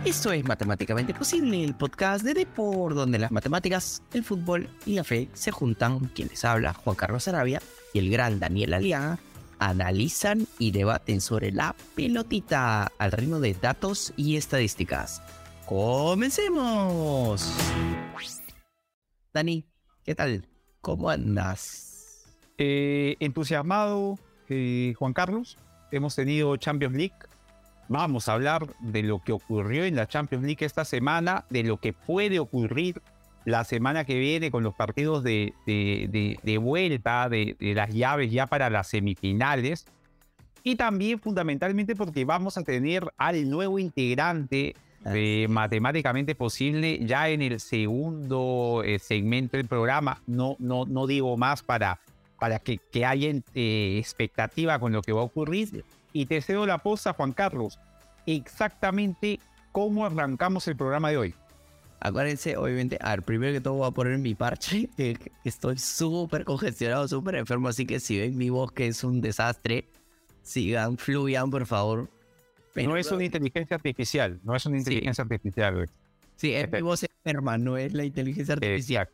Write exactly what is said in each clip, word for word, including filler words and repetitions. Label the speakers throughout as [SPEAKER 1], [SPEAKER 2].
[SPEAKER 1] Esto es Matemáticamente Posible, el podcast de Depor, donde las matemáticas, el fútbol y la fe se juntan. Quien les habla, Juan Carlos Arabia y el gran Daniel Aliaga, analizan y debaten sobre la pelotita al ritmo de datos y estadísticas. ¡Comencemos! Dani, ¿qué tal? ¿Cómo andas?
[SPEAKER 2] Eh, entusiasmado, eh, Juan Carlos. Hemos tenido Champions League. Vamos a hablar de lo que ocurrió en la Champions League esta semana, de lo que puede ocurrir la semana que viene con los partidos de, de, de, de vuelta, de, de las llaves ya para las semifinales. Y también fundamentalmente porque vamos a tener al nuevo integrante de Matemáticamente Posible ya en el segundo eh, segmento del programa. No, no, no digo más para, para que, que haya eh, expectativa con lo que va a ocurrir. Y te cedo la posta, Juan Carlos. Exactamente cómo arrancamos el programa de hoy.
[SPEAKER 1] Acuérdense, obviamente, a ver, primero que todo voy a poner mi parche, que estoy súper congestionado, súper enfermo, así que si ven mi voz que es un desastre, sigan, fluyan, por favor.
[SPEAKER 2] Pero no es una inteligencia artificial, no es una inteligencia sí. artificial. Güey.
[SPEAKER 1] Sí, es mi voz enferma, no es la inteligencia artificial.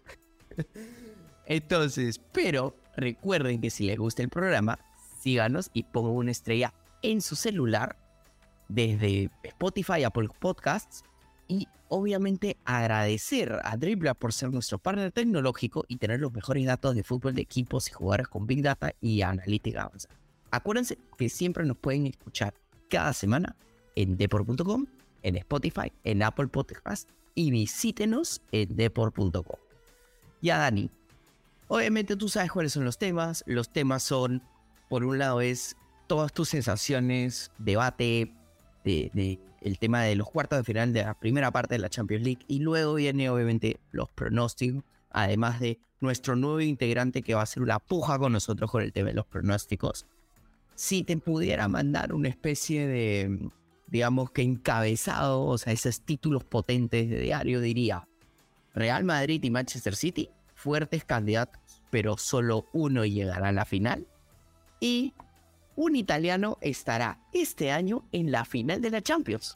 [SPEAKER 1] Entonces, pero recuerden que si les gusta el programa, síganos y pongan una estrella en su celular desde Spotify, Apple Podcasts, y obviamente agradecer a Dribbla por ser nuestro partner tecnológico y tener los mejores datos de fútbol de equipos y jugadores con Big Data y analítica avanzada. Acuérdense que siempre nos pueden escuchar cada semana en depor punto com, en Spotify, en Apple Podcasts, y visítenos en depor punto com. Ya, Dani, obviamente tú sabes cuáles son los temas. Los temas son, por un lado, es todas tus sensaciones, debate de, de el tema de los cuartos de final de la primera parte de la Champions League, y luego viene obviamente los pronósticos, además de nuestro nuevo integrante que va a hacer una puja con nosotros con el tema de los pronósticos. Si te pudiera mandar una especie de, digamos que encabezado, o sea, esos títulos potentes de diario, diría: Real Madrid y Manchester City, fuertes candidatos, pero solo uno llegará a la final. Y un italiano estará este año en la final de la Champions.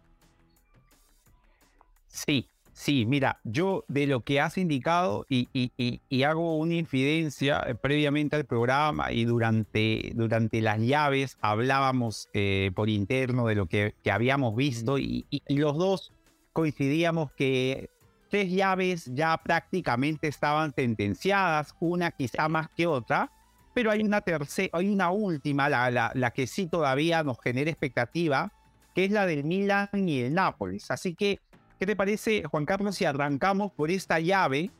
[SPEAKER 2] Sí, sí, mira, yo de lo que has indicado y, y, y, y hago una infidencia eh, previamente al programa y durante, durante las llaves hablábamos eh, por interno de lo que, que habíamos visto y, y, y los dos coincidíamos que tres llaves ya prácticamente estaban sentenciadas, una quizá más que otra. Pero hay una tercera, hay una última, la, la, la que sí todavía nos genera expectativa, que es la del Milan y el Nápoles. Así que, ¿qué te parece, Juan Carlos, si arrancamos por esta llave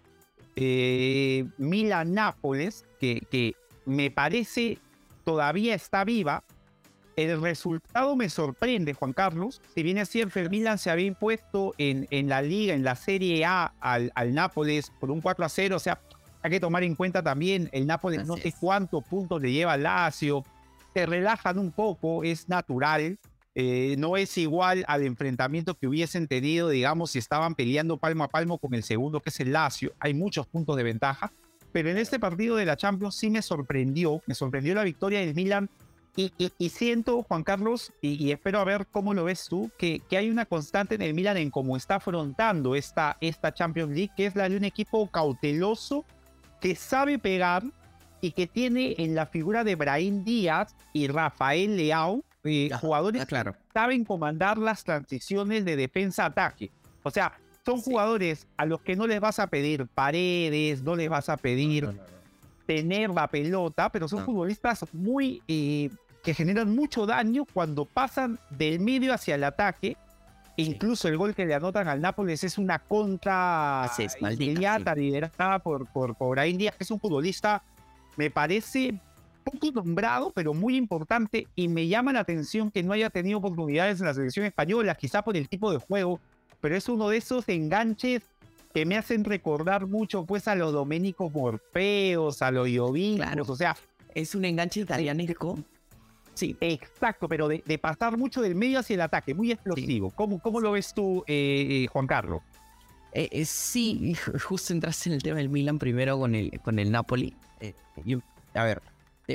[SPEAKER 2] eh, Milan-Nápoles, que, que me parece todavía está viva? El resultado me sorprende, Juan Carlos. Si bien es cierto, el Milan se había impuesto en, en la Liga, en la Serie A, al, al Nápoles por un cuatro a cero, o sea, hay que tomar en cuenta también, el Nápoles no sé cuántos puntos le lleva al Lazio, se relajan un poco, es natural, eh, no es igual al enfrentamiento que hubiesen tenido, digamos, si estaban peleando palmo a palmo con el segundo, que es el Lazio. Hay muchos puntos de ventaja, pero en este partido de la Champions sí me sorprendió, me sorprendió la victoria del Milan, y, y, y siento, Juan Carlos, y, y espero a ver cómo lo ves tú, que, que hay una constante en el Milan en cómo está afrontando esta, esta Champions League, que es la de un equipo cauteloso, que sabe pegar y que tiene en la figura de Brahim Díaz y Rafael Leao eh,
[SPEAKER 1] ah,
[SPEAKER 2] jugadores
[SPEAKER 1] ah, claro.
[SPEAKER 2] que saben comandar las transiciones de defensa-ataque. O sea, son sí. jugadores a los que no les vas a pedir paredes, no les vas a pedir no, no, no, no. tener la pelota, pero son no. futbolistas muy eh, que generan mucho daño cuando pasan del medio hacia el ataque. Incluso el gol que le anotan al Nápoles es una contra
[SPEAKER 1] es
[SPEAKER 2] inmediata, sí. liderada por, por, por Brahim Díaz, que es un futbolista, me parece poco nombrado, pero muy importante, y me llama la atención que no haya tenido oportunidades en la selección española, quizá por el tipo de juego, pero es uno de esos enganches que me hacen recordar mucho pues a los Domenico Morfeos, a los Jovic,
[SPEAKER 1] claro.
[SPEAKER 2] o sea,
[SPEAKER 1] es un enganche italianesco.
[SPEAKER 2] Sí, exacto, pero de, de pasar mucho del medio hacia el ataque, muy explosivo. Sí. ¿Cómo, cómo lo ves tú, eh, eh, Juan Carlos?
[SPEAKER 1] Eh, eh, sí, justo entraste en el tema del Milan primero con el, con el Napoli. Eh, yo, a ver, te,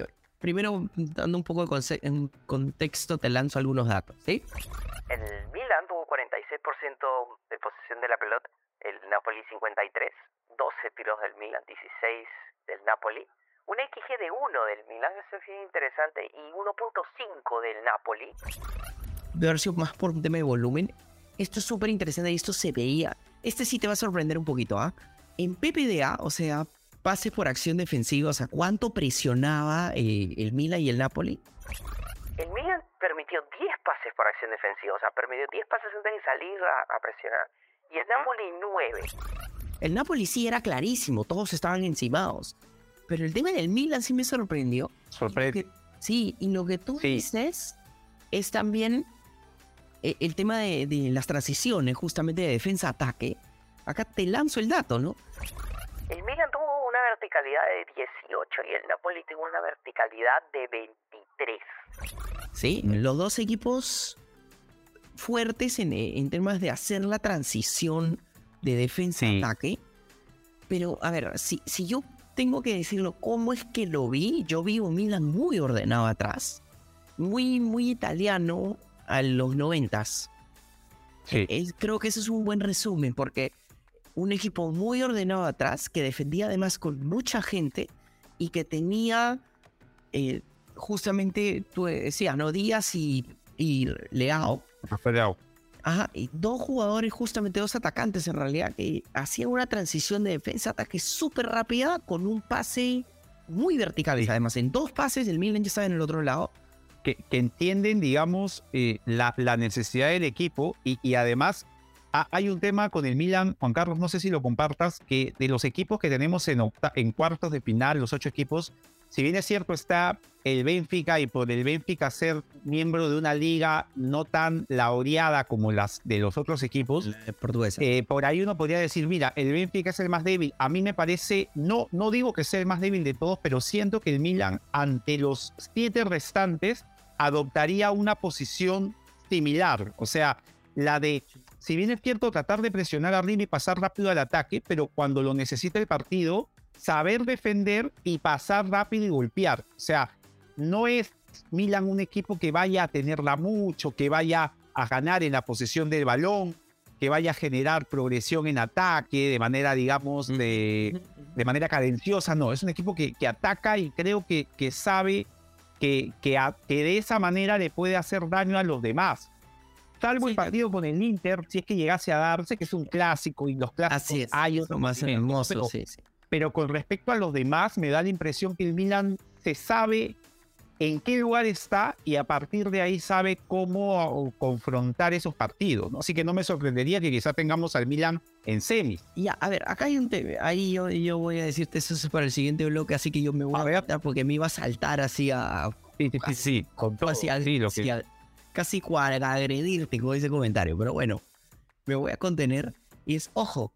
[SPEAKER 1] primero, dando un poco de conce- en contexto, te lanzo algunos datos, ¿sí?
[SPEAKER 3] El Milan tuvo cuarenta y seis por ciento de posesión de la pelota, el Napoli cincuenta y tres, doce tiros del Milan, dieciséis del Napoli, un X G de uno del Milan, eso es bien interesante, y uno punto cinco del Napoli.
[SPEAKER 1] De haber sido más por un tema de volumen. Esto es súper interesante y esto se veía. Este sí te va a sorprender un poquito, ¿ah? En P P D A, o sea, pase por acción defensiva, o sea, ¿cuánto presionaba eh, el Milan y el Napoli?
[SPEAKER 3] El Milan permitió diez pases por acción defensiva, o sea, permitió diez pases antes de salir a, a presionar. Y el Napoli nueve.
[SPEAKER 1] El Napoli sí era clarísimo, todos estaban encimados. Pero el tema del Milan sí me sorprendió.
[SPEAKER 2] Sorprende.
[SPEAKER 1] Sí, y lo que tú
[SPEAKER 2] Sí.
[SPEAKER 1] dices es también eh, el tema de, de las transiciones, justamente de defensa-ataque. Acá te lanzo el dato, ¿no?
[SPEAKER 3] El Milan tuvo una verticalidad de dieciocho y el Napoli tuvo una verticalidad de veintitrés.
[SPEAKER 1] Sí, los dos equipos fuertes en, en temas de hacer la transición de defensa-ataque. Pero, a ver, si, si yo tengo que decirlo, ¿cómo es que lo vi? Yo vi un Milan muy ordenado atrás. Muy, muy italiano a los noventas.
[SPEAKER 2] Sí.
[SPEAKER 1] Es, creo que ese es un buen resumen, porque un equipo muy ordenado atrás, que defendía además con mucha gente y que tenía, eh, justamente, tú decías, ¿no? Díaz y, y Leao.
[SPEAKER 2] Rafael.
[SPEAKER 1] Ajá, y dos jugadores, justamente dos atacantes en realidad, que hacían una transición de defensa-ataque súper rápida con un pase muy vertical.
[SPEAKER 2] Sí.
[SPEAKER 1] Además, en dos pases el Milan ya estaba en el otro lado.
[SPEAKER 2] Que, que entienden, digamos, eh, la, la necesidad del equipo y, y además a, hay un tema con el Milan, Juan Carlos, no sé si lo compartas, que de los equipos que tenemos en, octa, en cuartos de final, los ocho equipos, si bien es cierto está el Benfica y por el Benfica ser miembro de una liga no tan laureada como las de los otros equipos,
[SPEAKER 1] Portuguesa.
[SPEAKER 2] Eh, por ahí uno podría decir, mira, el Benfica es el más débil. A mí me parece, no, no digo que sea el más débil de todos, pero siento que el Milan ante los siete restantes adoptaría una posición similar. O sea, la de, si bien es cierto, tratar de presionar arriba y pasar rápido al ataque, pero cuando lo necesita el partido, saber defender y pasar rápido y golpear. O sea, no es Milan un equipo que vaya a tenerla mucho, que vaya a ganar en la posesión del balón, que vaya a generar progresión en ataque de manera, digamos, de, de manera cadenciosa. No, es un equipo que, que ataca y creo que, que sabe que, que, a, que de esa manera le puede hacer daño a los demás. Salvo sí, el partido con el Inter, si es que llegase a darse, que es un clásico y los clásicos
[SPEAKER 1] así es,
[SPEAKER 2] hay otros
[SPEAKER 1] más hermosos.
[SPEAKER 2] Pero,
[SPEAKER 1] sí, sí.
[SPEAKER 2] pero con respecto a los demás, me da la impresión que el Milan se sabe en qué lugar está y a partir de ahí sabe cómo confrontar esos partidos, ¿no? Así que no me sorprendería que quizá tengamos al Milan en semis.
[SPEAKER 1] Ya, a ver, acá hay un tema, ahí yo, yo voy a decirte eso es para el siguiente bloque, así que yo me voy a, a ver porque me iba a saltar así a...
[SPEAKER 2] Sí, sí, sí, sí con todo.
[SPEAKER 1] Así a,
[SPEAKER 2] sí, lo que...
[SPEAKER 1] a, casi a agredirte con ese comentario, pero bueno, me voy a contener y es, ojo,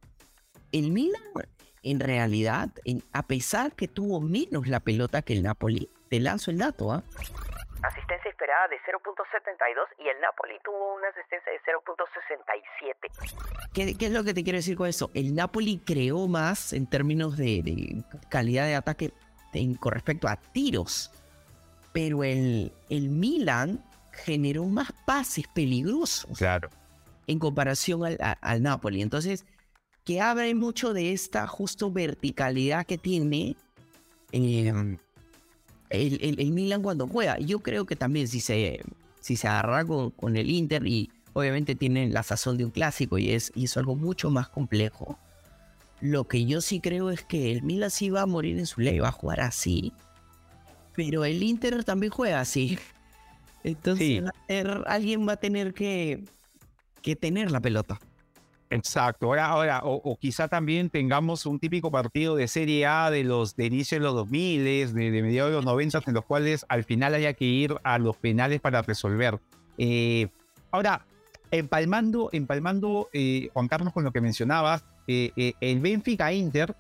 [SPEAKER 1] el Milan en realidad, en, a pesar que tuvo menos la pelota que el Napoli, te lanzo el dato, ¿ah? ¿eh?
[SPEAKER 3] Asistencia esperada de cero punto setenta y dos y el Napoli tuvo una asistencia de cero punto sesenta y siete.
[SPEAKER 1] ¿Qué, ¿Qué es lo que te quiero decir con eso? El Napoli creó más en términos de, de calidad de ataque en, con respecto a tiros, pero el, el Milan generó más pases peligrosos.
[SPEAKER 2] Claro.
[SPEAKER 1] En comparación al, a, al Napoli. Entonces, que abre mucho de esta justo verticalidad que tiene eh, el, el, el Milan cuando juega. Yo creo que también si se, si se agarra con, con el Inter y obviamente tienen la sazón de un clásico y es, y es algo mucho más complejo. Lo que yo sí creo es que el Milan sí va a morir en su ley, va a jugar así. Pero el Inter también juega así. Entonces
[SPEAKER 2] sí.
[SPEAKER 1] va a tener, alguien va a tener que, que tener la pelota.
[SPEAKER 2] Exacto, ahora, ahora o, o quizá también tengamos un típico partido de Serie A de los de inicio de los dos mil, de, de mediados de los noventa, en los cuales al final haya que ir a los penales para resolver. Eh, ahora, empalmando, empalmando eh, Juan Carlos, con lo que mencionabas, eh, eh, el Benfica-Inter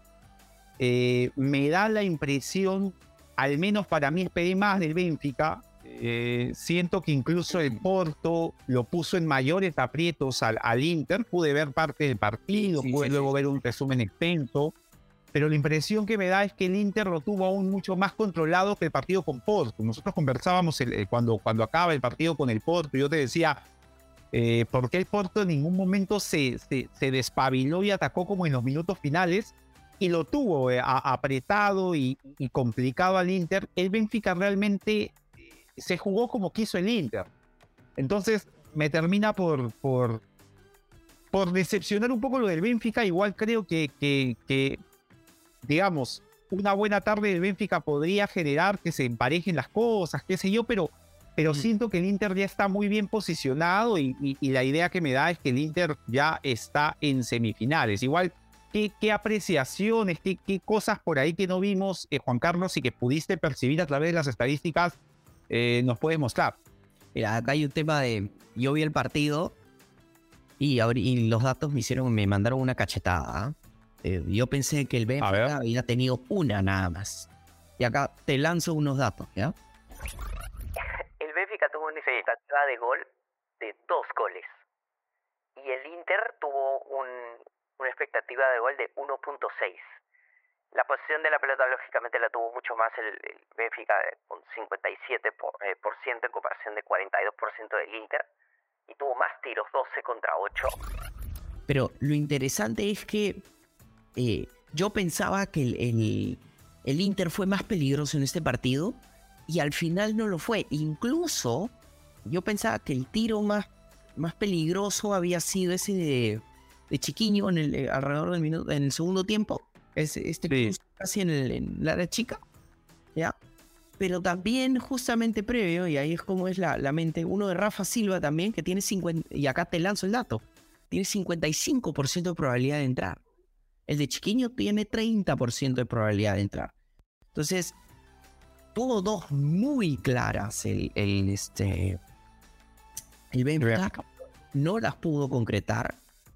[SPEAKER 2] eh, me da la impresión, al menos para mí esperé más del Benfica. Eh, siento que incluso el Porto lo puso en mayores aprietos al, al Inter. Pude ver parte del partido,
[SPEAKER 1] sí,
[SPEAKER 2] pude
[SPEAKER 1] sí,
[SPEAKER 2] luego
[SPEAKER 1] sí.
[SPEAKER 2] ver un resumen extenso. pero la impresión que me da es que el Inter lo tuvo aún mucho más controlado que el partido con Porto. Nosotros conversábamos el, el, cuando, cuando acaba el partido con el Porto, yo te decía, eh, ¿por qué el Porto en ningún momento se, se, se despabiló y atacó como en los minutos finales? Y lo tuvo eh, a, apretado y, y complicado al Inter. El Benfica realmente se jugó como quiso el Inter. Entonces me termina por, por, por decepcionar un poco lo del Benfica. Igual creo que, que, que, digamos, una buena tarde del Benfica podría generar que se emparejen las cosas, qué sé yo, pero, pero mm. siento que el Inter ya está muy bien posicionado y, y, y la idea que me da es que el Inter ya está en semifinales. Igual, ¿qué, qué apreciaciones, qué, qué cosas por ahí que no vimos, eh, Juan Carlos, y que pudiste percibir a través de las estadísticas eh, nos puedes mostrar?
[SPEAKER 1] Mira, acá hay un tema de... Yo vi el partido y, y los datos me hicieron, me mandaron una cachetada. Eh, yo pensé que el Benfica había tenido una nada más. Y acá te lanzo unos datos, ¿ya?
[SPEAKER 3] El Benfica tuvo una expectativa de gol de dos goles. Y el Inter tuvo un, una expectativa de gol de uno punto seis. La posición de la pelota, lógicamente, la tuvo mucho más el, el Benfica con cincuenta y siete por ciento en comparación de cuarenta y dos por ciento del Inter. Y tuvo más tiros, doce contra ocho.
[SPEAKER 1] Pero lo interesante es que eh, yo pensaba que el, el, el Inter fue más peligroso en este partido y al final no lo fue. Incluso yo pensaba que el tiro más, más peligroso había sido ese de, de Chiquinho en el, alrededor del minuto, en el segundo tiempo. Este sí. Casi en el, en el área chica, ¿ya? Pero también justamente previo, y ahí es como es la, la mente, uno de Rafa Silva también, que tiene cincuenta, y acá te lanzo el dato, tiene cincuenta y cinco por ciento de probabilidad de entrar. El de Chiquinho tiene treinta por ciento de probabilidad de entrar. Entonces, tuvo dos muy claras el, el, este, el Benfica, no las pudo concretar.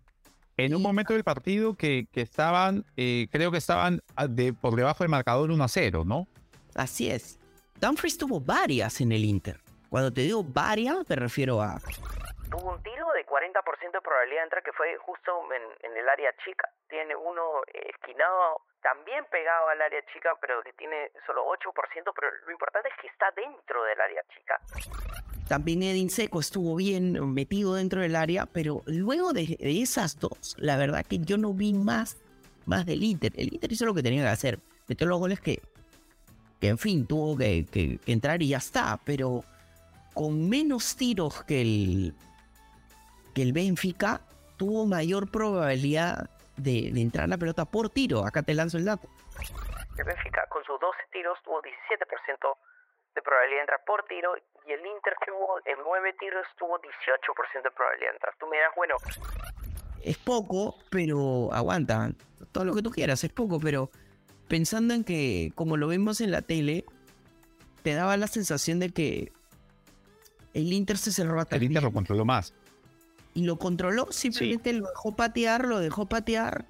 [SPEAKER 2] En un momento del partido que, que estaban, eh, creo que estaban de, por debajo del marcador uno a cero, ¿no?
[SPEAKER 1] Así es. Dumfries tuvo varias en el Inter. Cuando te digo varias, me refiero a...
[SPEAKER 3] Tuvo un tiro de cuarenta por ciento de probabilidad de entrar que fue justo en, en el área chica. Tiene uno esquinado, también pegado al área chica, pero que tiene solo ocho por ciento, pero lo importante es que está dentro del área chica.
[SPEAKER 1] También Edin Dzeko estuvo bien metido dentro del área, pero luego de, de esas dos, la verdad que yo no vi más, más del Inter. El Inter hizo lo que tenía que hacer, metió los goles que, que en fin, tuvo que, que, que entrar y ya está, pero con menos tiros que el, que el Benfica, tuvo mayor probabilidad de, de entrar la pelota por tiro. Acá te lanzo el dato.
[SPEAKER 3] El Benfica con sus doce tiros tuvo diecisiete por ciento de probabilidad de entrar por tiro, y el Inter que hubo en nueve tiros tuvo dieciocho por ciento de probabilidad de entrar. Tú me dirás, bueno,
[SPEAKER 1] es poco, pero aguanta, todo lo que tú quieras, es poco, pero pensando en que, como lo vemos en la tele, te daba la sensación de que el Inter se cerró atrás.
[SPEAKER 2] El Inter lo controló más.
[SPEAKER 1] Y lo controló, simplemente sí. Lo dejó patear, lo dejó patear,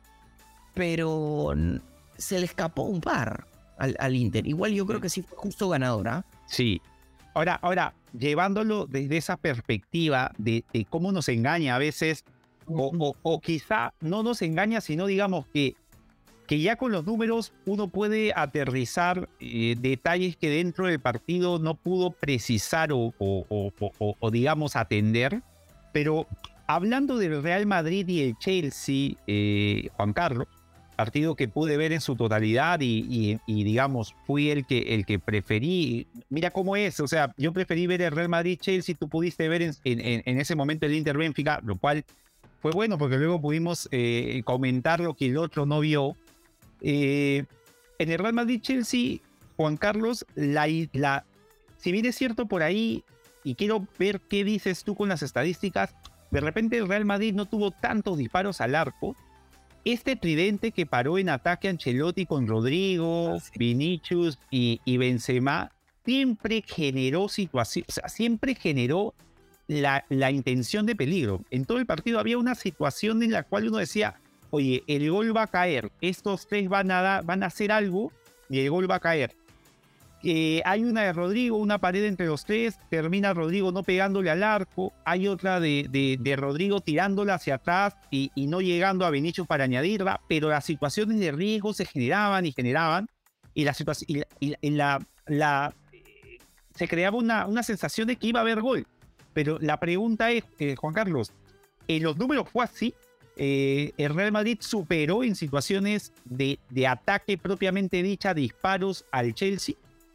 [SPEAKER 1] pero se le escapó un par. Al, al Inter. Igual yo creo que sí fue justo ganadora. ¿eh?
[SPEAKER 2] Sí. Ahora, ahora, llevándolo desde esa perspectiva de, de cómo nos engaña a veces, o, o, o quizá no nos engaña, sino digamos que, que ya con los números uno puede aterrizar eh, detalles que dentro del partido no pudo precisar o, o, o, o, o digamos atender. Pero hablando del Real Madrid y el Chelsea, eh, Juan Carlos, partido que pude ver en su totalidad y, y, y digamos, fui el que, el que preferí. Mira cómo es, o sea, yo preferí ver el Real Madrid-Chelsea, tú pudiste ver en, en, en ese momento el Inter-Benfica, lo cual fue bueno porque luego pudimos eh, comentar lo que el otro no vio. Eh, en el Real Madrid-Chelsea, Juan Carlos, la, la, si bien es cierto por ahí, y quiero ver qué dices tú con las estadísticas, de repente el Real Madrid no tuvo tantos disparos al arco. Este tridente que paró en ataque Ancelotti con Rodrigo, ah, sí. Vinicius y, y Benzema siempre generó situaciones, o sea, siempre generó la, la intención de peligro. En todo el partido había una situación en la cual uno decía, oye, el gol va a caer, estos tres van a, da, van a hacer algo y el gol va a caer. Eh, hay una de Rodrigo, una pared entre los tres, termina Rodrigo no pegándole al arco, hay otra de, de, de Rodrigo tirándola hacia atrás y, y no llegando a Vinicius para añadirla, pero las situaciones de riesgo se generaban y generaban, y la situación y, y, y la, la eh, se creaba una, una sensación de que iba a haber gol. Pero la pregunta es, eh, Juan Carlos, ¿en los números fue así? Eh, ¿El Real Madrid superó en situaciones de, de ataque propiamente dicha, disparos al Chelsea?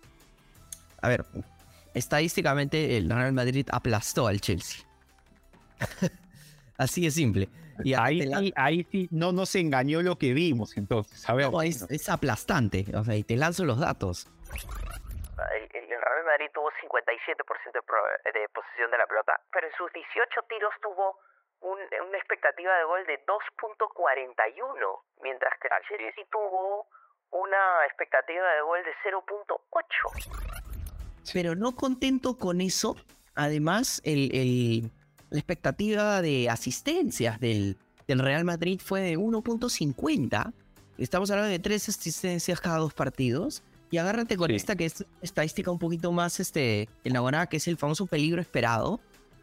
[SPEAKER 1] A ver, estadísticamente el Real Madrid aplastó al Chelsea. Así de simple.
[SPEAKER 2] Y ahí, la... ahí, ahí sí no nos engañó lo que vimos, entonces. Sabemos.
[SPEAKER 1] No, es, es aplastante. O sea, y te lanzo los datos.
[SPEAKER 3] El, el Real Madrid tuvo cincuenta y siete por ciento de, pro, de posesión de la pelota, pero en sus dieciocho tiros tuvo un, una expectativa de gol de dos punto cuarenta y uno, mientras que el Chelsea tuvo una expectativa de gol de cero punto ocho.
[SPEAKER 1] Pero no contento con eso, además el, el, la expectativa de asistencias del, del Real Madrid fue de uno punto cincuenta. Estamos hablando de tres asistencias cada dos partidos. Y agárrate con sí. esta que es estadística un poquito más este, elaborada, que es el famoso peligro esperado.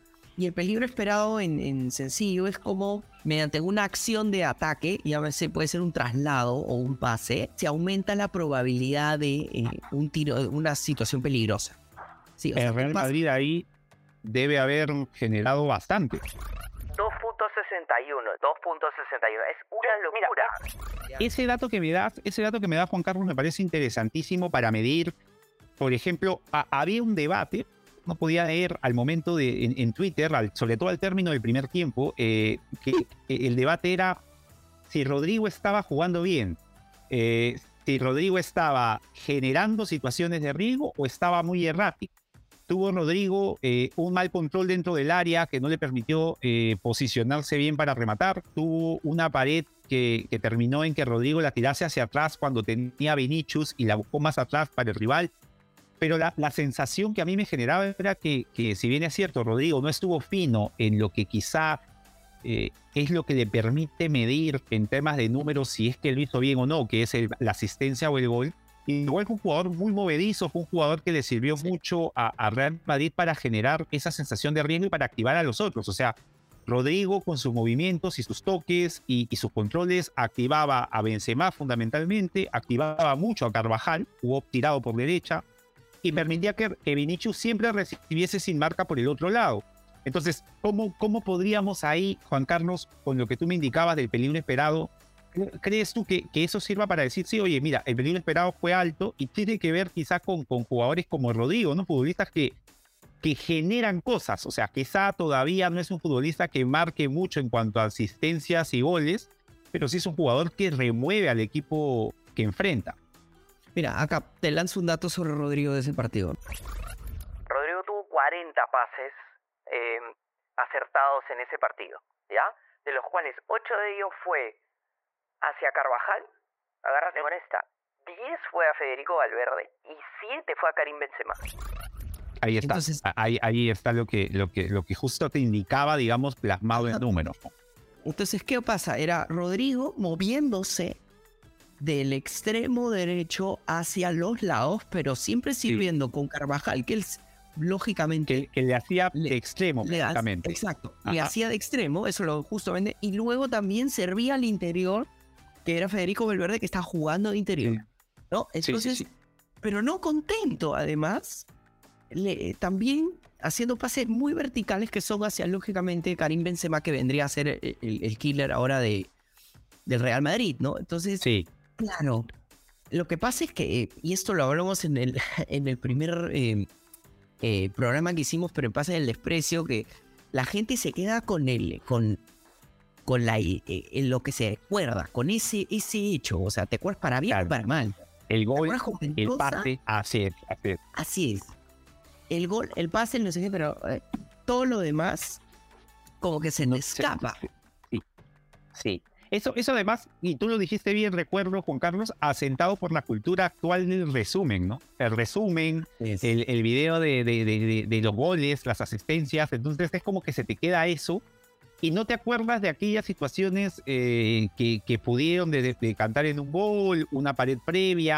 [SPEAKER 1] Y el peligro esperado en, en sencillo es como mediante una acción de ataque, y a veces puede ser un traslado o un pase, se aumenta la probabilidad de eh, un tiro, una situación peligrosa. Sí, o
[SPEAKER 2] el
[SPEAKER 1] sea,
[SPEAKER 2] Real Madrid ahí debe haber generado bastante.
[SPEAKER 3] dos punto sesenta y uno, dos punto sesenta y uno, es una locura.
[SPEAKER 2] Ese dato que me da, ese dato que me da Juan Carlos me parece interesantísimo para medir. Por ejemplo, a, había un debate, no podía leer al momento de en, en Twitter, al, sobre todo al término del primer tiempo, eh, que eh, el debate era si Rodrigo estaba jugando bien, eh, si Rodrigo estaba generando situaciones de riesgo o estaba muy errático. Tuvo Rodrigo eh, un mal control dentro del área que no le permitió eh, posicionarse bien para rematar. Tuvo una pared que, que terminó en que Rodrigo la tirase hacia atrás cuando tenía Vinicius y la buscó más atrás para el rival. Pero la, la sensación que a mí me generaba era que, que si bien es cierto, Rodrigo no estuvo fino en lo que quizá eh, es lo que le permite medir en temas de números si es que lo hizo bien o no, que es el, la asistencia o el gol. Igual fue un jugador muy movedizo, fue un jugador que le sirvió mucho a, a Real Madrid para generar esa sensación de riesgo y para activar a los otros. O sea, Rodrigo con sus movimientos y sus toques y, y sus controles activaba a Benzema fundamentalmente, activaba mucho a Carvajal, jugó tirado por derecha y permitía que, que Vinicius siempre recibiese sin marca por el otro lado. Entonces, ¿cómo, cómo podríamos ahí, Juan Carlos, con lo que tú me indicabas del peligro esperado, ¿crees tú que, que eso sirva para decir, sí, oye, mira, el peligro esperado fue alto y tiene que ver quizá con, con jugadores como Rodrigo, ¿no? Futbolistas que, que generan cosas, o sea, quizá todavía no es un futbolista que marque mucho en cuanto a asistencias y goles, pero sí es un jugador que remueve al equipo que enfrenta.
[SPEAKER 1] Mira, acá te lanzo un dato sobre Rodrigo de ese partido.
[SPEAKER 3] Rodrigo tuvo cuarenta pases eh, acertados en ese partido, ¿ya? De los cuales ocho de ellos fue hacia Carvajal, agárrate con esta, diez fue a Federico Valverde y siete fue a Karim Benzema.
[SPEAKER 2] Ahí está,
[SPEAKER 1] Entonces,
[SPEAKER 2] ahí, ahí está lo que, lo, que, lo que justo te indicaba, digamos, plasmado en números.
[SPEAKER 1] Entonces, ¿qué pasa? Era Rodrigo moviéndose del extremo derecho hacia los lados, pero siempre sirviendo sí. con Carvajal, que él lógicamente...
[SPEAKER 2] Que, que le hacía
[SPEAKER 1] le,
[SPEAKER 2] de extremo,
[SPEAKER 1] le
[SPEAKER 2] exactamente.
[SPEAKER 1] Exacto,
[SPEAKER 2] Ajá.
[SPEAKER 1] le hacía de extremo, eso lo justamente, y luego también servía al interior, que era Federico Valverde, que está jugando de interior, sí. ¿no? Entonces, sí, sí, sí. Pero no contento, además, le, también haciendo pases muy verticales que son hacia, lógicamente, Karim Benzema, que vendría a ser el, el, el killer ahora de, del Real Madrid, ¿no? Entonces,
[SPEAKER 2] sí.
[SPEAKER 1] claro, lo que pasa es que, y esto lo hablamos en el, en el primer eh, eh, programa que hicimos, pero en Pase del Desprecio, que la gente se queda con él, con... con la, eh, en lo que se acuerda, con ese, ese hecho, o sea, te acuerdas para bien o claro. para mal.
[SPEAKER 2] El gol, el pase, así es, así es.
[SPEAKER 1] Así es. El gol, el pase, no sé qué, pero eh, todo lo demás como que se nos escapa.
[SPEAKER 2] Sí, sí. Eso, eso además, y tú lo dijiste bien, recuerdo, Juan Carlos, asentado por la cultura actual del resumen, ¿no? El resumen, sí. el, el video de, de, de, de, de los goles, las asistencias, entonces es como que se te queda eso. Y no te acuerdas de aquellas situaciones eh, que, que pudieron de, de, de cantar en un gol, una pared previa,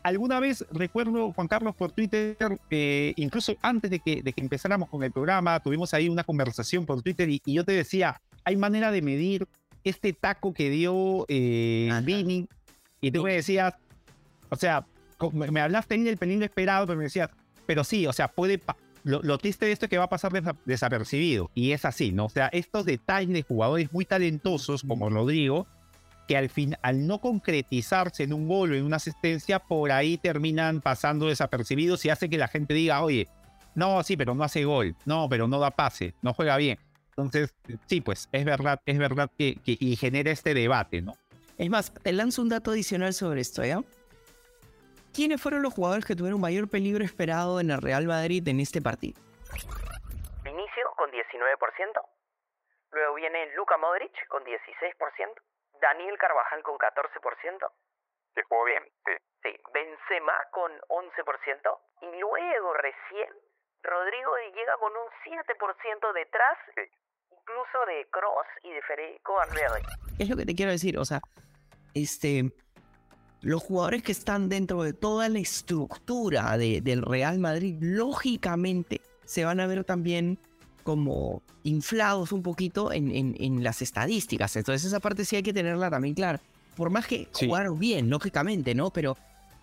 [SPEAKER 2] alguna vez recuerdo, Juan Carlos, por Twitter, eh, incluso antes de que, de que empezáramos con el programa, tuvimos ahí una conversación por Twitter y, y yo te decía, hay manera de medir este taco que dio eh, Vini, y tú me decías, o sea, me hablaste ahí del peligro esperado, pero me decías, pero sí, o sea, puede... Lo, lo triste de esto es que va a pasar desa, desapercibido, y es así, ¿no? O sea, estos detalles de jugadores muy talentosos, como Rodrigo, que al fin, al no concretizarse en un gol o en una asistencia, por ahí terminan pasando desapercibidos y hace que la gente diga, oye, no, sí, pero no hace gol, no, pero no da pase, no juega bien. Entonces, sí, pues, es verdad, es verdad que, que y genera este debate, ¿no?
[SPEAKER 1] Es más, te lanzo un dato adicional sobre esto, ¿ya? ¿Quiénes fueron los jugadores que tuvieron mayor peligro esperado en el Real Madrid en este partido?
[SPEAKER 3] Vinicius con diecinueve por ciento. Luego viene Luka Modric con dieciséis por ciento. Daniel Carvajal con catorce por ciento.
[SPEAKER 4] Que jugó bien, sí.
[SPEAKER 3] Sí, Benzema con once por ciento. Y luego recién Rodrigo llega con un siete por ciento detrás, sí, incluso de Kroos y de Federico Valverde.
[SPEAKER 1] Es lo que te quiero decir, o sea, este... los jugadores que están dentro de toda la estructura de, del Real Madrid, lógicamente se van a ver también como inflados un poquito en, en, en las estadísticas. Entonces esa parte sí hay que tenerla también clara. Por más que sí, jugaron bien, lógicamente, ¿no? Pero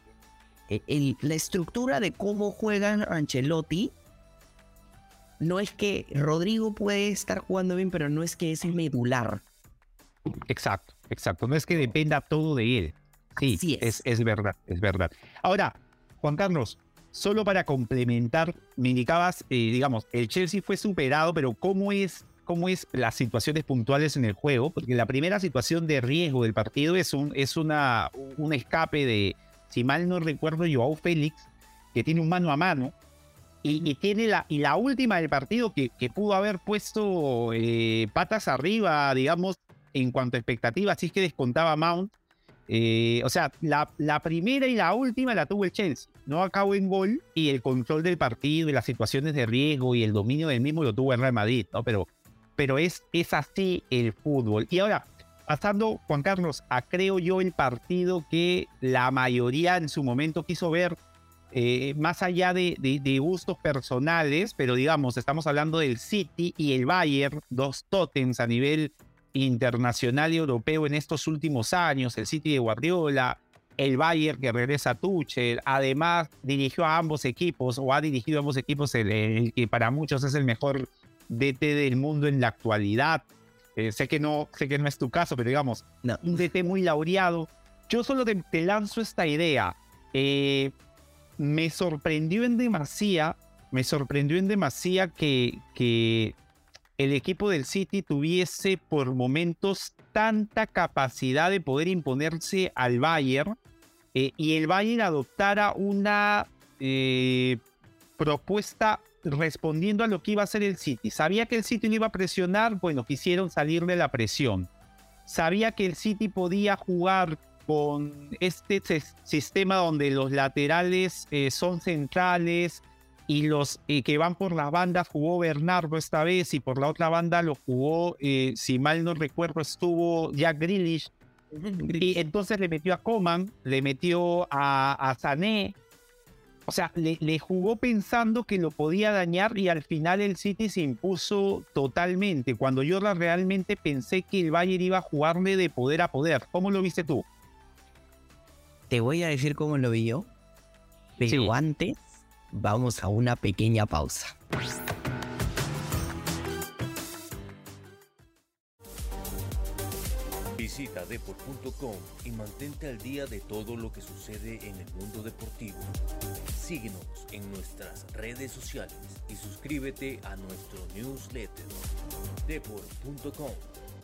[SPEAKER 1] el, la estructura de cómo juegan Ancelotti, no es que Rodrigo puede estar jugando bien, pero no es que es medular.
[SPEAKER 2] Exacto, exacto. No es que dependa todo de él. Sí,
[SPEAKER 1] Así es.
[SPEAKER 2] Es, es verdad, es verdad. Ahora, Juan Carlos, solo para complementar, me indicabas, eh, digamos, el Chelsea fue superado, pero ¿cómo es, cómo es las situaciones puntuales en el juego? Porque la primera situación de riesgo del partido es un, es una, un escape de, si mal no recuerdo, Joao Félix, que tiene un mano a mano, y, y tiene la, y la última del partido que, que pudo haber puesto eh, patas arriba, digamos, en cuanto a expectativas, así es que descontaba Mount. Eh, o sea, la, la primera y la última la tuvo el Chelsea, no acabó en gol, y el control del partido y las situaciones de riesgo y el dominio del mismo lo tuvo el Real Madrid, ¿no? Pero, pero es, es así el fútbol. Y ahora, pasando, Juan Carlos, a creo yo el partido que la mayoría en su momento quiso ver, eh, más allá de, de, de gustos personales, pero digamos, estamos hablando del City y el Bayern, dos tótems a nivel internacional y europeo en estos últimos años, el City de Guardiola, el Bayern que regresa a Tuchel, además dirigió a ambos equipos, o ha dirigido a ambos equipos, el, el que para muchos es el mejor D T del mundo en la actualidad. Eh, sé, que no, sé que no es tu caso, pero digamos, no, un D T muy laureado. Yo solo te, te lanzo esta idea. Eh, me sorprendió en demasía, me sorprendió en demasía que... que el equipo del City tuviese por momentos tanta capacidad de poder imponerse al Bayern, eh, y el Bayern adoptara una eh, propuesta respondiendo a lo que iba a hacer el City. Sabía que el City lo iba a presionar, bueno, quisieron salir de la presión. Sabía que el City podía jugar con este sistema donde los laterales eh, son centrales, y los eh, que van por las bandas jugó Bernardo esta vez, y por la otra banda lo jugó, eh, si mal no recuerdo, estuvo Jack Grealish. Y entonces le metió a Coman, le metió a, a Sané. O sea, le, le jugó pensando que lo podía dañar, y al final el City se impuso totalmente, cuando yo realmente pensé que el Bayern iba a jugarle de poder a poder. ¿Cómo lo viste tú?
[SPEAKER 1] Te voy a decir cómo lo vi yo, pero sí, antes vamos a una pequeña pausa.
[SPEAKER 5] Visita depor punto com y mantente al día de todo lo que sucede en el mundo deportivo. Síguenos en nuestras redes sociales y suscríbete a nuestro newsletter depor punto com.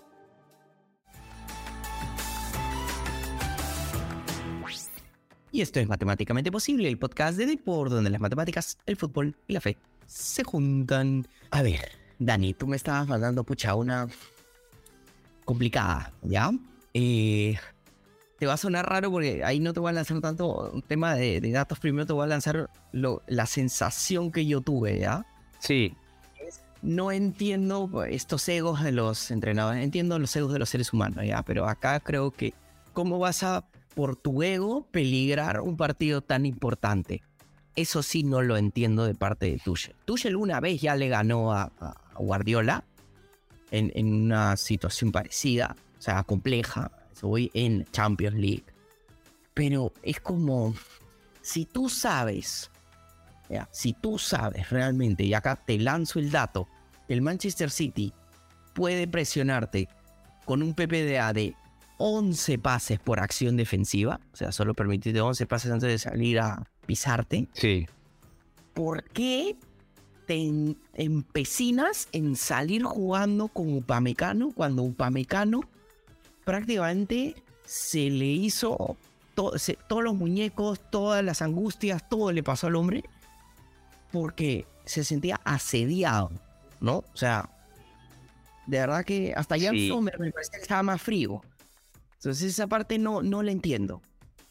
[SPEAKER 1] Y esto es Matemáticamente Posible, el podcast de Depor, donde las matemáticas, el fútbol y la fe se juntan. A ver, Dani, tú me estabas mandando, pucha, una complicada, ¿ya? Eh, te va a sonar raro porque ahí no te voy a lanzar tanto un tema de, de datos. Primero te voy a lanzar lo, la sensación que yo tuve, ¿ya?
[SPEAKER 2] Sí.
[SPEAKER 1] No entiendo estos egos de los entrenadores, entiendo los egos de los seres humanos, ¿ya? Pero acá creo que, ¿cómo vas a por tu ego peligrar un partido tan importante. Eso sí no lo entiendo de parte de Tuchel. Tuchel una vez ya le ganó a, a Guardiola en, en una situación parecida, o sea, compleja, voy en Champions League. Pero es como, si tú sabes, ya, si tú sabes realmente, y acá te lanzo el dato, el Manchester City puede presionarte con un P P D A de once pases por acción defensiva, o sea, solo permitirte once pases antes de salir a pisarte.
[SPEAKER 2] Sí.
[SPEAKER 1] ¿Por qué te empecinas en salir jugando con Upamecano cuando Upamecano prácticamente se le hizo to- se, todos los muñecos, todas las angustias, todo le pasó al hombre porque se sentía asediado, ¿no? O sea, de verdad que hasta Jan
[SPEAKER 2] Sí.
[SPEAKER 1] Sommer me parece que estaba más frío. Entonces esa parte no, no la entiendo.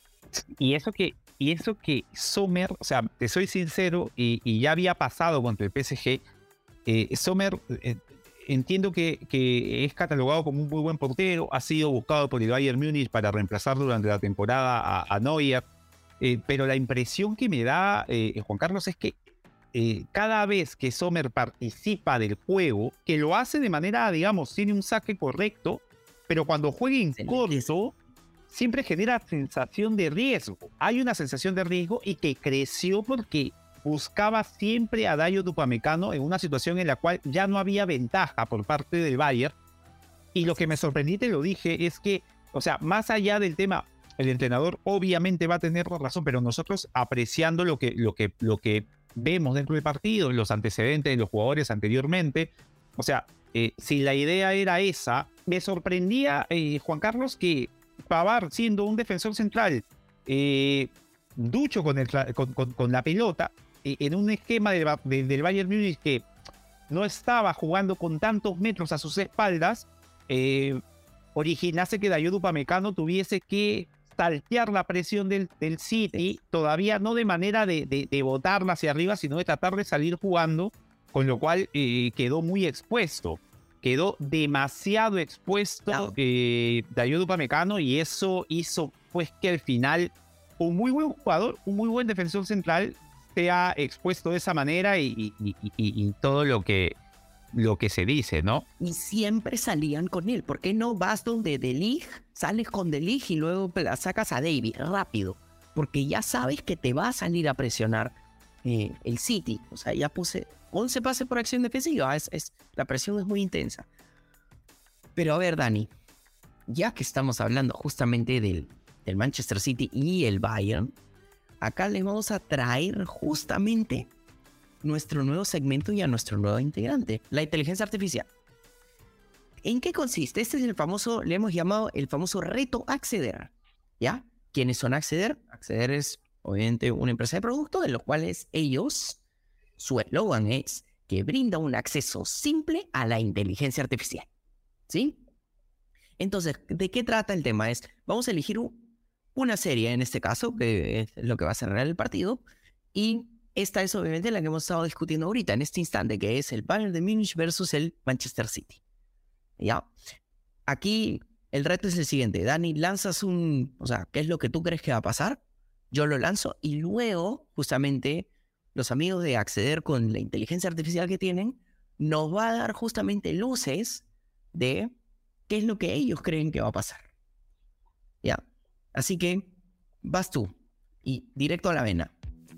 [SPEAKER 2] Y eso que, y eso que Sommer, o sea, te soy sincero, y, y ya había pasado contra el P S G, eh, Sommer, eh, entiendo que, que es catalogado como un muy buen portero, ha sido buscado por el Bayern Múnich para reemplazar durante la temporada a, a Neuer, eh, pero la impresión que me da, eh, Juan Carlos, es que eh, cada vez que Sommer participa del juego, que lo hace de manera, digamos, tiene un saque correcto, pero cuando juega en corto, siempre genera sensación de riesgo. Hay una sensación de riesgo y que creció porque buscaba siempre a Dayot Upamecano en una situación en la cual ya no había ventaja por parte del Bayern. Y lo que me sorprendí, te lo dije, es que, o sea, más allá del tema, el entrenador obviamente va a tener razón, pero nosotros apreciando lo que, lo que, lo que vemos dentro del partido, los antecedentes de los jugadores anteriormente, o sea, eh, si la idea era esa, me sorprendía, eh, Juan Carlos, que Pavard, siendo un defensor central, eh, ducho con, el, con, con, con la pelota, eh, en un esquema de, de, del Bayern Múnich que no estaba jugando con tantos metros a sus espaldas, eh, originase que Dayot Upamecano tuviese que saltear la presión del, del City, todavía no de manera de, de, de botarla hacia arriba, sino de tratar de salir jugando, con lo cual eh, quedó muy expuesto. Quedó demasiado expuesto eh, Dayot Upamecano, y eso hizo pues que al final un muy buen jugador, un muy buen defensor central sea expuesto de esa manera, y, y, y, y, y todo lo que, lo que se dice, ¿no?
[SPEAKER 1] Y siempre salían con él. ¿Por qué no vas donde De Ligt, sales con De Ligt y luego la sacas a David rápido? Porque ya sabes que te va a salir a presionar eh, el City. O sea, ya puse once pases por acción defensiva. Es, es, la presión es muy intensa. Pero a ver, Dani, ya que estamos hablando justamente del, del Manchester City y el Bayern, acá les vamos a traer justamente nuestro nuevo segmento y a nuestro nuevo integrante, la inteligencia artificial. ¿En qué consiste? Este es el famoso, le hemos llamado el famoso reto Acceder, ¿ya? ¿Quiénes son Acceder? Acceder es obviamente una empresa de productos en los cuales ellos, su eslogan es que brinda un acceso simple a la inteligencia artificial, ¿sí? Entonces, ¿de qué trata el tema? Es, vamos a elegir un, una serie en este caso, que es lo que va a cerrar el partido, y esta es obviamente la que hemos estado discutiendo ahorita, en este instante, que es el Bayern de Múnich versus el Manchester City. ¿Ya? Aquí el reto es el siguiente. Dani, lanzas un... O sea, ¿qué es lo que tú crees que va a pasar? Yo lo lanzo y luego, justamente, los amigos de Acceder con la inteligencia artificial que tienen, nos va a dar justamente luces de qué es lo que ellos creen que va a pasar. ¿Ya? Así que, vas tú y directo a la vena.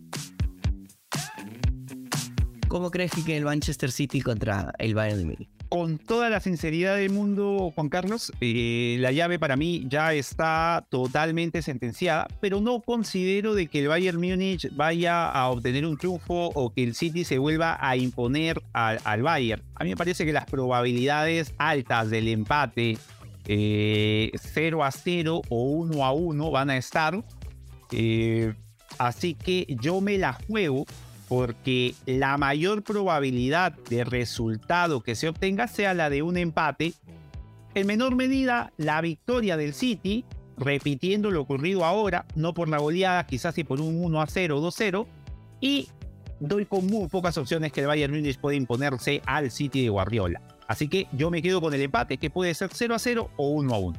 [SPEAKER 1] ¿Cómo crees que queda el Manchester City contra el Bayern de Múnich?
[SPEAKER 2] Con toda la sinceridad del mundo, Juan Carlos, eh, la llave para mí ya está totalmente sentenciada, pero no considero de que el Bayern Múnich vaya a obtener un triunfo o que el City se vuelva a imponer al, al Bayern. A mí me parece que las probabilidades altas del empate eh, cero a cero o uno a uno van a estar, eh, así que yo me la juego porque la mayor probabilidad de resultado que se obtenga sea la de un empate. En menor medida, la victoria del City, repitiendo lo ocurrido ahora, no por la goleada, quizás sí por un uno a cero o dos a cero, y doy con muy pocas opciones que el Bayern Múnich puede imponerse al City de Guardiola. Así que yo me quedo con el empate, que puede ser cero a cero o uno a uno.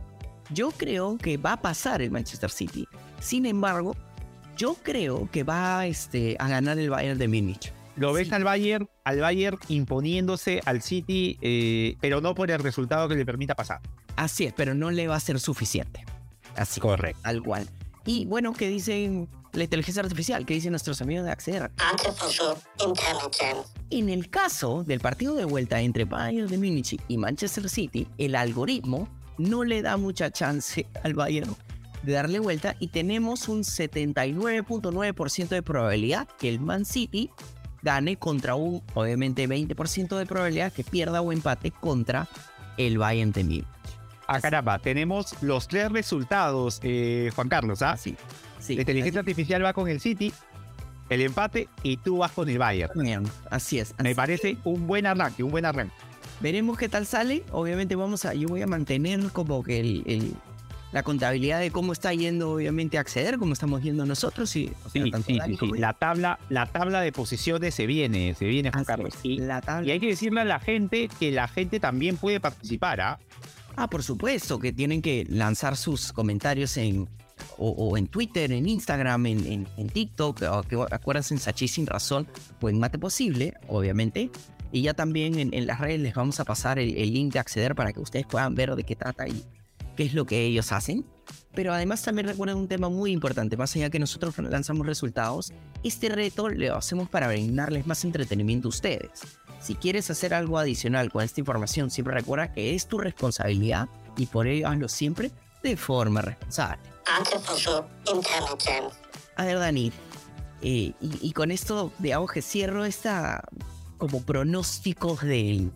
[SPEAKER 1] Yo creo que va a pasar el Manchester City. Sin embargo, yo creo que va este, a ganar el Bayern de Múnich.
[SPEAKER 2] ¿Lo ves
[SPEAKER 1] Sí.
[SPEAKER 2] al Bayern, al Bayern imponiéndose al City, eh, pero no por el resultado que le permita pasar?
[SPEAKER 1] Así es, pero no le va a ser suficiente. Así,
[SPEAKER 2] Correcto.
[SPEAKER 1] tal cual. Y bueno, ¿qué dicen la inteligencia artificial? ¿Qué dicen nuestros amigos de Acceder?
[SPEAKER 6] Artificial Intelligence.
[SPEAKER 1] En el caso del partido de vuelta entre Bayern de Múnich y Manchester City, el algoritmo no le da mucha chance al Bayern de darle vuelta y tenemos un setenta y nueve punto nueve por ciento de probabilidad que el Man City gane contra un, obviamente, veinte por ciento de probabilidad que pierda o empate contra el Bayern de Múnich.
[SPEAKER 2] Ah, caramba, tenemos los tres resultados, eh, Juan Carlos, ¿ah?
[SPEAKER 1] Así, sí.
[SPEAKER 2] La inteligencia artificial va con el City, el empate, y tú vas con el Bayern.
[SPEAKER 1] Bien, así es.
[SPEAKER 2] Me
[SPEAKER 1] así
[SPEAKER 2] parece un buen arranque, un buen arranque.
[SPEAKER 1] Veremos qué tal sale. Obviamente vamos a, yo voy a mantener como que el, el- la contabilidad de cómo está yendo obviamente a Acceder, cómo estamos yendo nosotros. Y, o sea,
[SPEAKER 2] Sí,
[SPEAKER 1] tanto
[SPEAKER 2] sí,
[SPEAKER 1] Dani
[SPEAKER 2] sí,
[SPEAKER 1] como
[SPEAKER 2] sí.
[SPEAKER 1] yo.
[SPEAKER 2] La tabla, la tabla de posiciones se viene, se viene, Juan
[SPEAKER 1] Así
[SPEAKER 2] Carlos.
[SPEAKER 1] es,
[SPEAKER 2] Y,
[SPEAKER 1] la tabla.
[SPEAKER 2] y hay que decirle a la gente que la gente también puede participar, ¿ah?
[SPEAKER 1] Ah, por supuesto, que tienen que lanzar sus comentarios en o, o en Twitter, en Instagram, en, en, en TikTok, o que acuérdense en Sachi Sin Razón o en Mate Posible, obviamente. Y ya también en, en las redes les vamos a pasar el, el link de Acceder para que ustedes puedan ver de qué trata y qué es lo que ellos hacen. Pero además también recuerden un tema muy importante, más allá que nosotros lanzamos resultados, este reto lo hacemos para brindarles más entretenimiento a ustedes. Si quieres hacer algo adicional con esta información, siempre recuerda que es tu responsabilidad y por ello hazlo siempre de forma responsable.
[SPEAKER 6] Artificial Intelligence.
[SPEAKER 1] A ver, Dani, eh, y, y con esto, digamos que cierro esta como pronósticos del,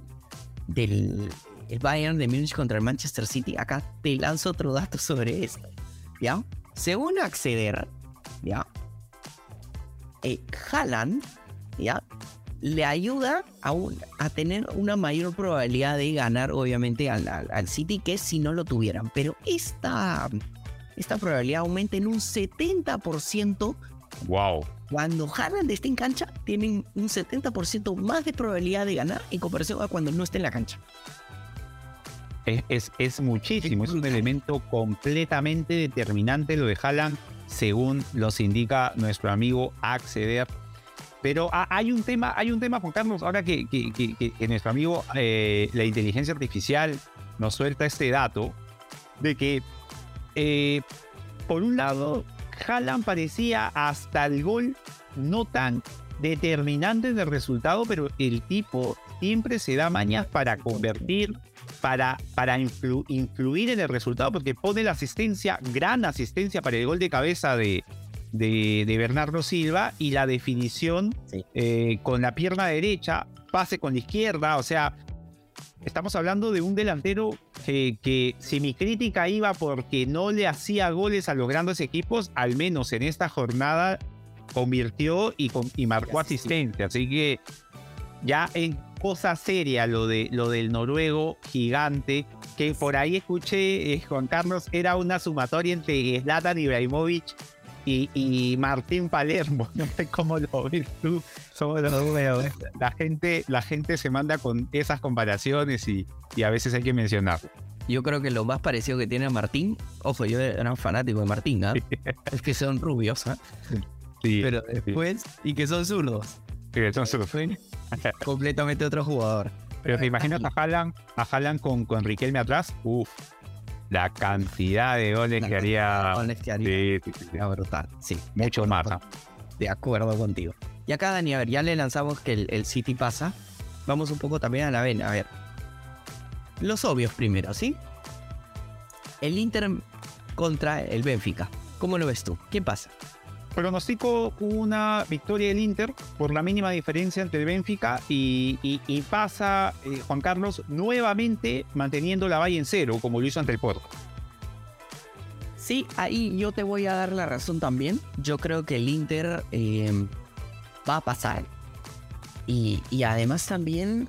[SPEAKER 1] del el Bayern de Múnich contra el Manchester City. Acá te lanzo otro dato sobre esto, ¿ya? Según Acceder, ¿ya? Eh, Haaland, ¿ya? Le ayuda a, un- a tener una mayor probabilidad de ganar, obviamente, al, al- al City que si no lo tuvieran. Pero esta, esta probabilidad aumenta en un setenta por ciento.
[SPEAKER 2] Wow.
[SPEAKER 1] Cuando Haaland esté en cancha, tienen un setenta por ciento más de probabilidad de ganar en comparación a cuando no esté en la cancha.
[SPEAKER 2] Es, es, es muchísimo, es un elemento completamente determinante lo de Haaland, según los indica nuestro amigo Acceder. Pero ah, hay un tema, hay un tema, Juan Carlos, ahora que, que, que, que- que nuestro amigo, eh, la inteligencia artificial, nos suelta este dato de que, eh, por un lado, Haaland parecía hasta el gol no tan determinante del resultado, pero el tipo siempre se da mañas para convertir, para, para influ- influir en el resultado, porque pone la asistencia, gran asistencia para el gol de cabeza de, de, de Bernardo Silva y la definición
[SPEAKER 1] Sí.
[SPEAKER 2] eh, con la pierna derecha, pase con la izquierda, o sea, estamos hablando de un delantero que, que si mi crítica iba porque no le hacía goles a los grandes equipos, al menos en esta jornada convirtió y, con- y marcó
[SPEAKER 1] Sí, sí.
[SPEAKER 2] asistencia. Así que ya en cosa seria lo, de, lo del noruego gigante, que por ahí escuché, eh, Juan Carlos, era una sumatoria entre Zlatan Ibrahimovic y, y Martín Palermo. No sé cómo lo ves tú. Somos los veo. La gente, la gente se manda con esas comparaciones y, y a veces hay que mencionarlo.
[SPEAKER 1] Yo creo que lo más parecido que tiene a Martín, ojo, yo era un fanático de Martín, ¿ah? Es que son rubios, ¿ah?
[SPEAKER 2] Sí,
[SPEAKER 1] Pero después, y que son zurdos.
[SPEAKER 2] sí, entonces,
[SPEAKER 1] Fue completamente otro jugador.
[SPEAKER 2] pero te imaginas a Haaland, a Haaland con, con Riquelme atrás. Uf, la cantidad de goles
[SPEAKER 1] La
[SPEAKER 2] que haría.
[SPEAKER 1] Goles que haría.
[SPEAKER 2] Sí, sí, sí, sí.
[SPEAKER 1] Era brutal, sí.
[SPEAKER 2] Mucho más. ¿ah?
[SPEAKER 1] De acuerdo contigo. Y acá, Dani, a ver, ya le lanzamos que el, el City pasa. Vamos un poco también a la vena, a ver. Los obvios primero, ¿sí? El Inter contra el Benfica. ¿Cómo lo ves tú? ¿Quién pasa?
[SPEAKER 2] Pronostico una victoria del Inter por la mínima diferencia entre el Benfica y, y- y pasa eh, Juan Carlos nuevamente manteniendo la valla en cero como lo hizo ante el Porto.
[SPEAKER 1] Sí, ahí yo te voy a dar la razón también. Yo creo que el Inter eh, va a pasar. Y, y además también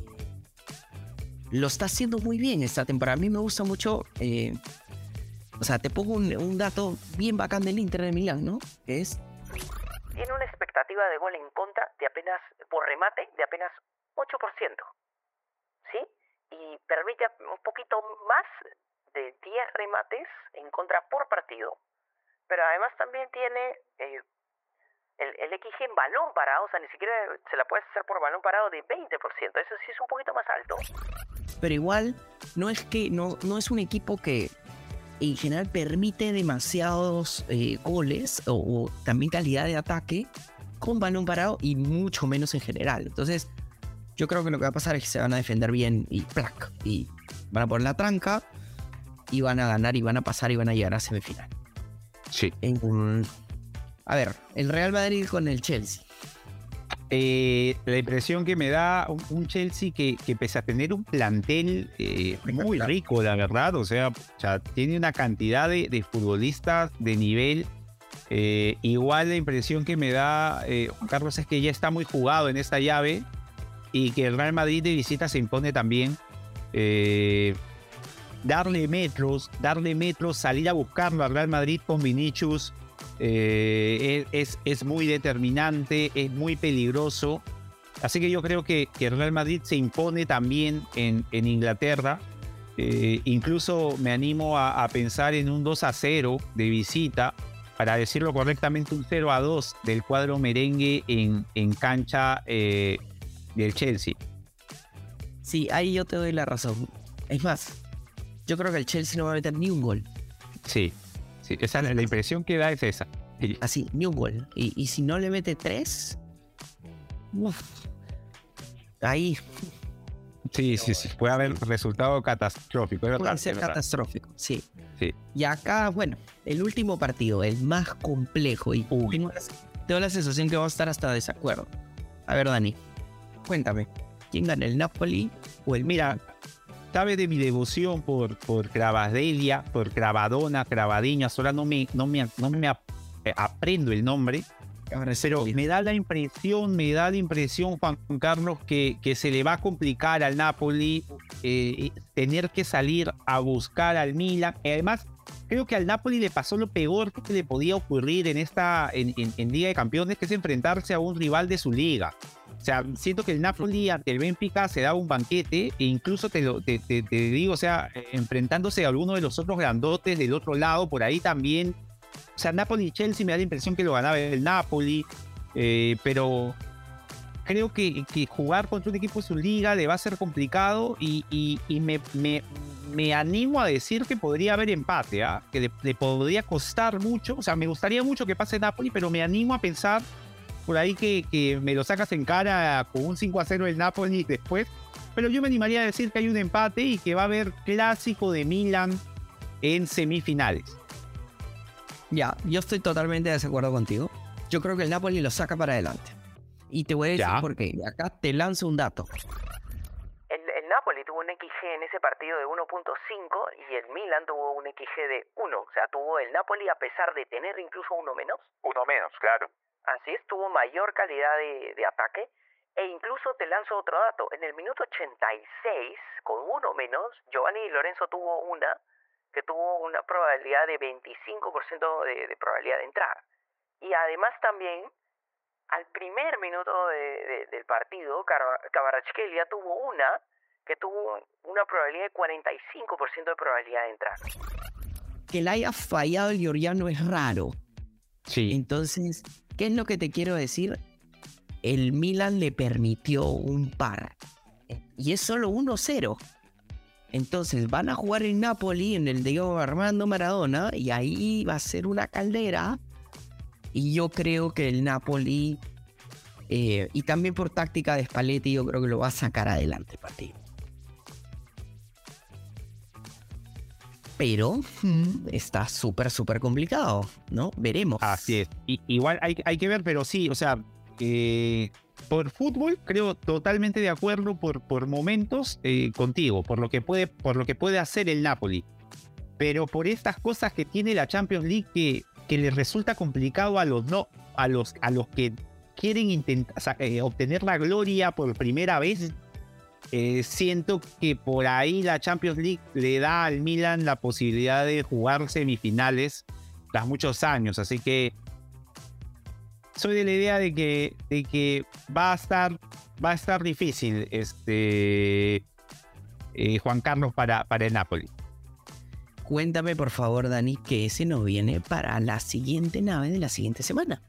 [SPEAKER 1] lo está haciendo muy bien esta temporada. A mí me gusta mucho. eh, o sea, te pongo un, un dato bien bacán del Inter de Milán, ¿no? Que es
[SPEAKER 3] Tiene una expectativa de gol en contra de apenas, por remate, de apenas ocho por ciento. ¿Sí? Y permite un poquito más de diez remates en contra por partido. Pero además también tiene eh, el, el X G en balón parado, o sea, ni siquiera se la puedes hacer por balón parado de veinte por ciento. Eso sí es un poquito más alto.
[SPEAKER 1] Pero igual, no es que no, no es un equipo que en general permite demasiados eh, goles o, o también calidad de ataque con balón parado y mucho menos en general. Entonces, yo creo que lo que va a pasar es que se van a defender bien y ¡plac! Y van a poner la tranca y van a ganar y van a pasar y van a llegar a semifinal.
[SPEAKER 2] Sí.
[SPEAKER 1] En, a ver, el Real Madrid con el Chelsea.
[SPEAKER 2] Eh, la impresión que me da un, un Chelsea que, que pese a tener un plantel eh, muy rico, la verdad, o sea, o sea tiene una cantidad de, de futbolistas de nivel. Eh, igual la impresión que me da, eh, Juan Carlos, es que ya está muy jugado en esta llave y que el Real Madrid de visita se impone también. Eh, darle metros, darle metros, salir a buscarlo al Real Madrid con Vinicius. Eh, es, es muy determinante, es muy peligroso. Así que yo creo que, que el Real Madrid se impone también en, en Inglaterra. Eh, incluso me animo a, a pensar en un dos a cero de visita, para decirlo correctamente, un cero a dos del cuadro merengue en, en cancha eh, del Chelsea.
[SPEAKER 1] Sí, ahí yo te doy la razón. Es más, yo creo que el Chelsea no va a meter ni un gol.
[SPEAKER 2] Sí. Sí, esa, la impresión que da es esa. Sí.
[SPEAKER 1] Así, ni un gol. Y, y si no le mete tres, uf, ahí
[SPEAKER 2] sí, sí, sí. Puede haber resultado catastrófico. Es
[SPEAKER 1] puede
[SPEAKER 2] verdad,
[SPEAKER 1] ser
[SPEAKER 2] es verdad.
[SPEAKER 1] catastrófico. Sí.
[SPEAKER 2] Sí.
[SPEAKER 1] Y acá, bueno, el último partido, el más complejo. Y tengo la, tengo la sensación que vamos a estar hasta desacuerdo. A ver, Dani, cuéntame. ¿Quién gana, el Napoli o el
[SPEAKER 2] Mira, sabes de mi devoción por, por Cravadelia, por Cravadona, Cravadiña, ahora no me, no me, no me ap- eh, aprendo el nombre, pero me da la impresión, me da la impresión, Juan Carlos, que, que se le va a complicar al Napoli eh, tener que salir a buscar al Milan. Además, creo que al Napoli le pasó lo peor que le podía ocurrir en esta en, en, en Liga de Campeones, que es enfrentarse a un rival de su liga. O sea, siento que el Napoli ante el Benfica se da un banquete e incluso te, lo, te, te, te digo, o sea, enfrentándose a alguno de los otros grandotes del otro lado, por ahí también. O sea, Napoli y Chelsea me da la impresión que lo ganaba el Napoli, eh, pero creo que, que jugar contra un equipo de su liga le va a ser complicado y, y, y me, me, me animo a decir que podría haber empate, ¿eh? que le, le podría costar mucho. O sea, me gustaría mucho que pase Napoli, pero me animo a pensar por ahí que, que me lo sacas en cara con un cinco a cero el Napoli después, pero yo me animaría a decir que hay un empate y que va a haber clásico de Milan en semifinales.
[SPEAKER 1] Ya, yo estoy totalmente de desacuerdo contigo. Yo creo que el Napoli lo saca para adelante. Y te voy a decir
[SPEAKER 2] Ya.
[SPEAKER 1] por qué. Acá te lanzo un dato.
[SPEAKER 3] El, el Napoli tuvo un X G en ese partido de uno punto cinco y el Milan tuvo un X G de uno. O sea, tuvo el Napoli, a pesar de tener incluso uno menos,
[SPEAKER 4] Uno menos, claro.
[SPEAKER 3] así es, tuvo mayor calidad de, de ataque. E incluso te lanzo otro dato. En el minuto ochenta y seis, con uno menos, Giovanni Di Lorenzo tuvo una que tuvo una probabilidad de veinticinco por ciento de, de probabilidad de entrar. Y además también, al primer minuto de, de, del partido, Kvaratskhelia tuvo una que tuvo una probabilidad de cuarenta y cinco por ciento de probabilidad de entrar.
[SPEAKER 1] Que le haya fallado el georgiano es raro.
[SPEAKER 2] Sí.
[SPEAKER 1] Entonces, ¿qué es lo que te quiero decir? El Milan le permitió un par. Y es solo uno cero. Entonces van a jugar en Napoli, en el Diego Armando Maradona, y ahí va a ser una caldera. Y yo creo que el Napoli, eh, y también por táctica de Spalletti, yo creo que lo va a sacar adelante el partido. Pero mm, está súper, súper complicado, ¿no? Veremos.
[SPEAKER 2] Así es. Y, igual hay, hay que ver, pero sí, o sea, eh, por fútbol creo totalmente de acuerdo por, por momentos eh, contigo, por lo que puede, por lo que puede hacer el Napoli. Pero por estas cosas que tiene la Champions League que, que les resulta complicado a los no, a los, a los que quieren intentar, o sea, eh, obtener la gloria por primera vez. Eh, siento que por ahí la Champions League le da al Milan la posibilidad de jugar semifinales tras muchos años, así que soy de la idea de que, de que va a estar va a estar difícil este eh, Juan Carlos para, para el Napoli.
[SPEAKER 1] cuéntame por favor, Dani, qué se nos viene para la siguiente nave de la siguiente semana.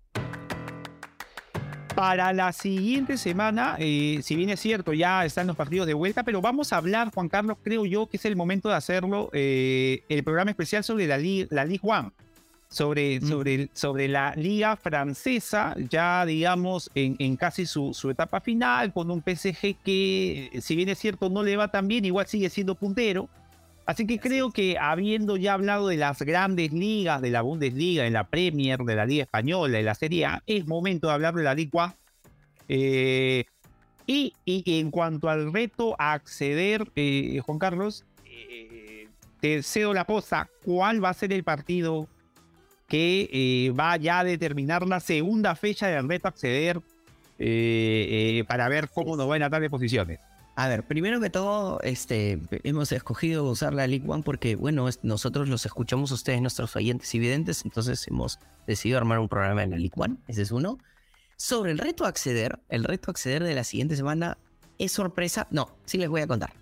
[SPEAKER 2] Para la siguiente semana, eh, si bien es cierto, ya están los partidos de vuelta, pero vamos a hablar, Juan Carlos, creo yo que es el momento de hacerlo, eh, el programa especial sobre la, Ligue, la Ligue uno, sobre, mm. sobre, sobre la Liga Francesa, ya digamos en, en casi su, su etapa final, con un P S G que, si bien es cierto, no le va tan bien, igual sigue siendo puntero. Así que creo que habiendo ya hablado de las grandes ligas, de la Bundesliga, de la Premier, de la Liga Española, de la Serie A, es momento de hablar de la Ligue uno. Eh, y, y en cuanto al reto a acceder, eh, Juan Carlos, eh, te cedo la posta. ¿Cuál va a ser el partido que eh, va ya a determinar la segunda fecha del reto a acceder eh, eh, para ver cómo nos van a dar de posiciones?
[SPEAKER 1] A ver, primero que todo, este, hemos escogido usar la Ligue uno porque, bueno, es, nosotros los escuchamos a ustedes, nuestros oyentes y videntes, entonces hemos decidido armar un programa en la Ligue uno, ese es uno. Sobre el reto a acceder, el reto a acceder de la siguiente semana es sorpresa. No, sí les voy a contar.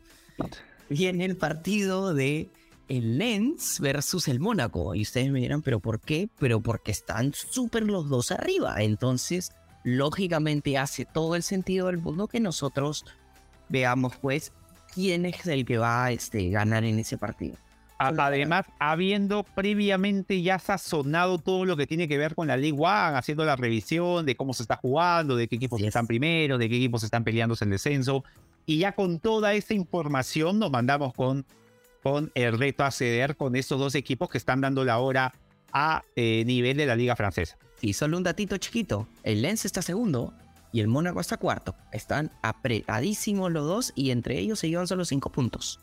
[SPEAKER 1] Viene el partido de el Lens versus el Mónaco. Y ustedes me dirán, ¿pero por qué? Pero porque están súper los dos arriba. Entonces, lógicamente hace todo el sentido del mundo que nosotros veamos, pues, quién es el que va a este, ganar en ese partido.
[SPEAKER 2] Además, habiendo previamente ya sazonado todo lo que tiene que ver con la Ligue uno, haciendo la revisión de cómo se está jugando, de qué equipos sí. están primero, de qué equipos están peleándose en descenso, y ya con toda esa información nos mandamos con, con el reto a acceder con estos dos equipos que están dando la hora a eh, nivel de la Liga Francesa.
[SPEAKER 1] Sí, solo un datito chiquito. El Lens está segundo y el Mónaco está cuarto. Están apretadísimos los dos y entre ellos se llevan solo cinco puntos.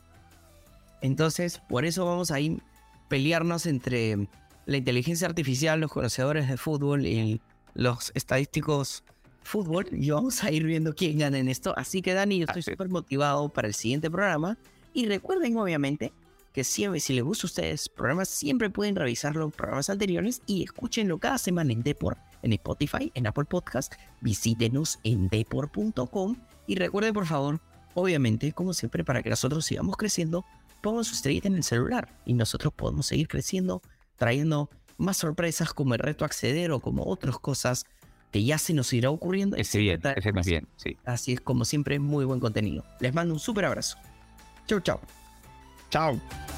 [SPEAKER 1] Entonces, por eso vamos a ir pelearnos entre la inteligencia artificial, los conocedores de fútbol y los estadísticos fútbol. Y vamos a ir viendo quién gana en esto. Así que, Dani, yo estoy súper motivado para el siguiente programa. Y recuerden, obviamente, que siempre, si les gusta a ustedes programas, siempre pueden revisar los programas anteriores y escúchenlo cada semana en Depor, en Spotify, en Apple Podcast. Visítenos en depor punto com. Y recuerden, por favor, obviamente, como siempre, para que nosotros sigamos creciendo, pongan su estrellita en el celular y nosotros podemos seguir creciendo, trayendo más sorpresas como el reto a acceder o como otras cosas que ya se nos irá ocurriendo.
[SPEAKER 2] Ese bien, ese más bien, sí.
[SPEAKER 1] Así es, como siempre, muy buen contenido. Les mando un súper abrazo. Chau, chau.
[SPEAKER 2] Chao.